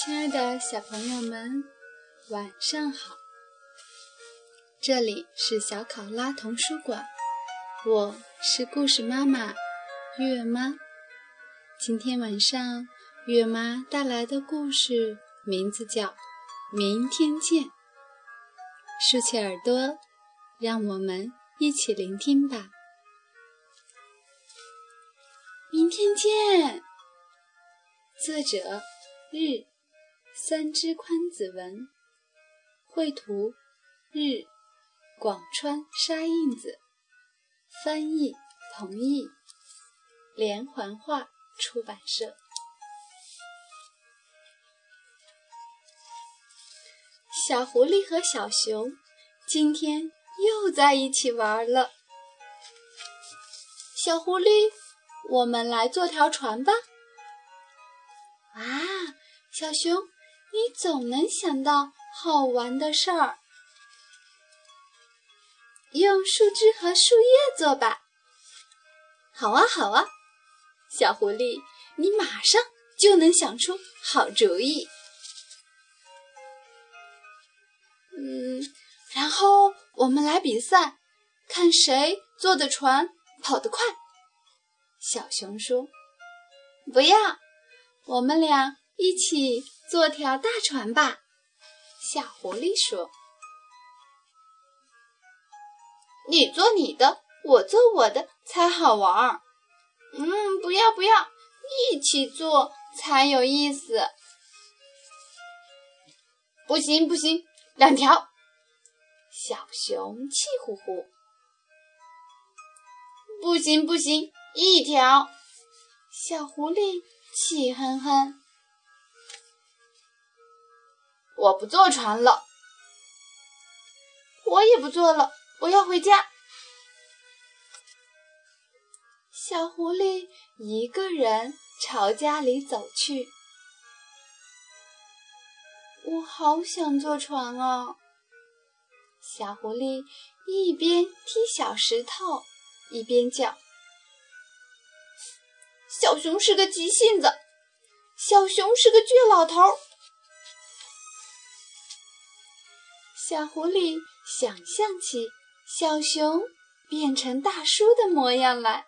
亲爱的小朋友们，晚上好！这里是小考拉童书馆，我是故事妈妈月妈。今天晚上月妈带来的故事名字叫《明天见》，竖起耳朵，让我们一起聆听吧。明天见。作者日三枝宽子文，绘图日广川沙印子，翻译彭毅，连环画出版社。小狐狸和小熊今天又在一起玩了。小狐狸，我们来坐条船吧。啊，小熊，你总能想到好玩的事儿。用树枝和树叶做吧。好啊，好啊，小狐狸，你马上就能想出好主意。然后我们来比赛，看谁坐的船跑得快。小熊说：“不要，我们俩一起坐条大船吧。”小狐狸说：“你坐你的，我坐我的才好玩。”不要不要，一起坐才有意思。不行不行，两条。小熊气呼呼。不行不行，一条。小狐狸气哼哼。我不坐船了。我也不坐了，我要回家。小狐狸一个人朝家里走去。我好想坐船啊！小狐狸一边踢小石头，一边叫：“小熊是个急性子，小熊是个倔老头。”小狐狸想象起小熊变成大叔的模样来，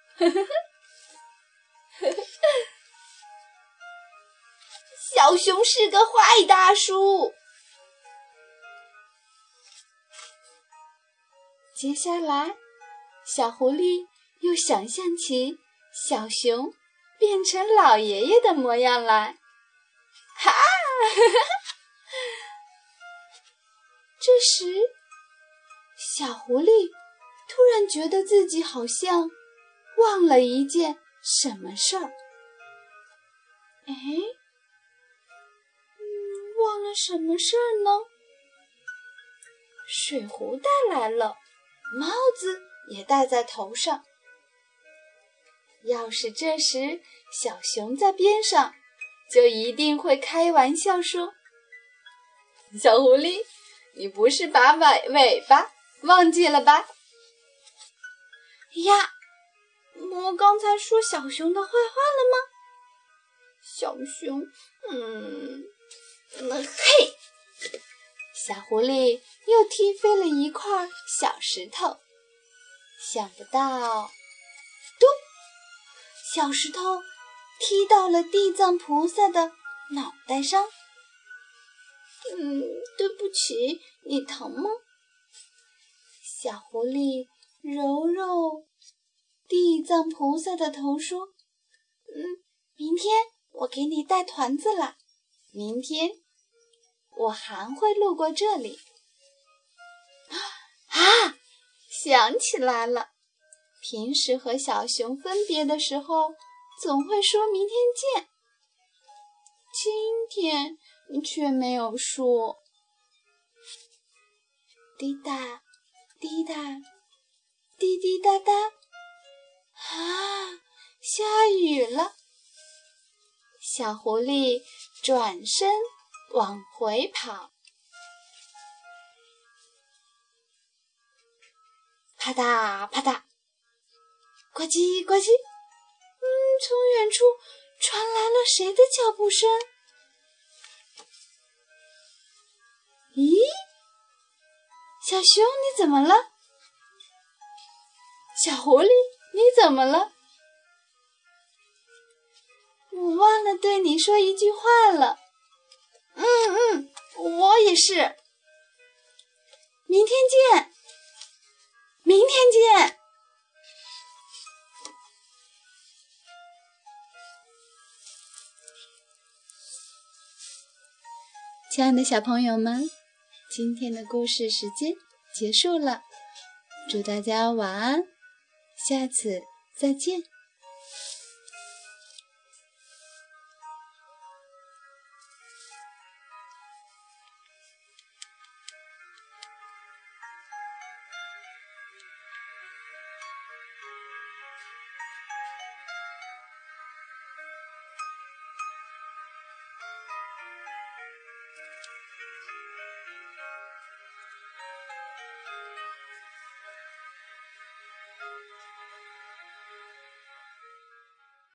小熊是个坏大叔。接下来，小狐狸又想象起小熊变成老爷爷的模样来，哈！这时，小狐狸突然觉得自己好像忘了一件什么事儿。忘了什么事儿呢？水壶带来了，帽子也戴在头上。要是这时小熊在边上，就一定会开玩笑说：“小狐狸，你不是把尾巴忘记了吧？”呀，我刚才说小熊的坏话了吗？小熊，嘿！小狐狸又踢飞了一块小石头，想不到，咚！小石头踢到了地藏菩萨的脑袋上。对不起，你疼吗？小狐狸揉揉地藏菩萨的头说：“明天我给你带团子了，明天我还会路过这里。”想起来了，平时和小熊分别的时候，总会说明天见，今天却没有说。滴答滴答滴滴答答，下雨了。小狐狸转身往回跑，啪嗒啪嗒，呱唧呱唧。从远处传来了谁的脚步声？ 咦，小熊你怎么了？小狐狸你怎么了？我忘了对你说一句话了。我也是。明天见，明天见。亲爱的小朋友们，今天的故事时间结束了，祝大家晚安，下次再见。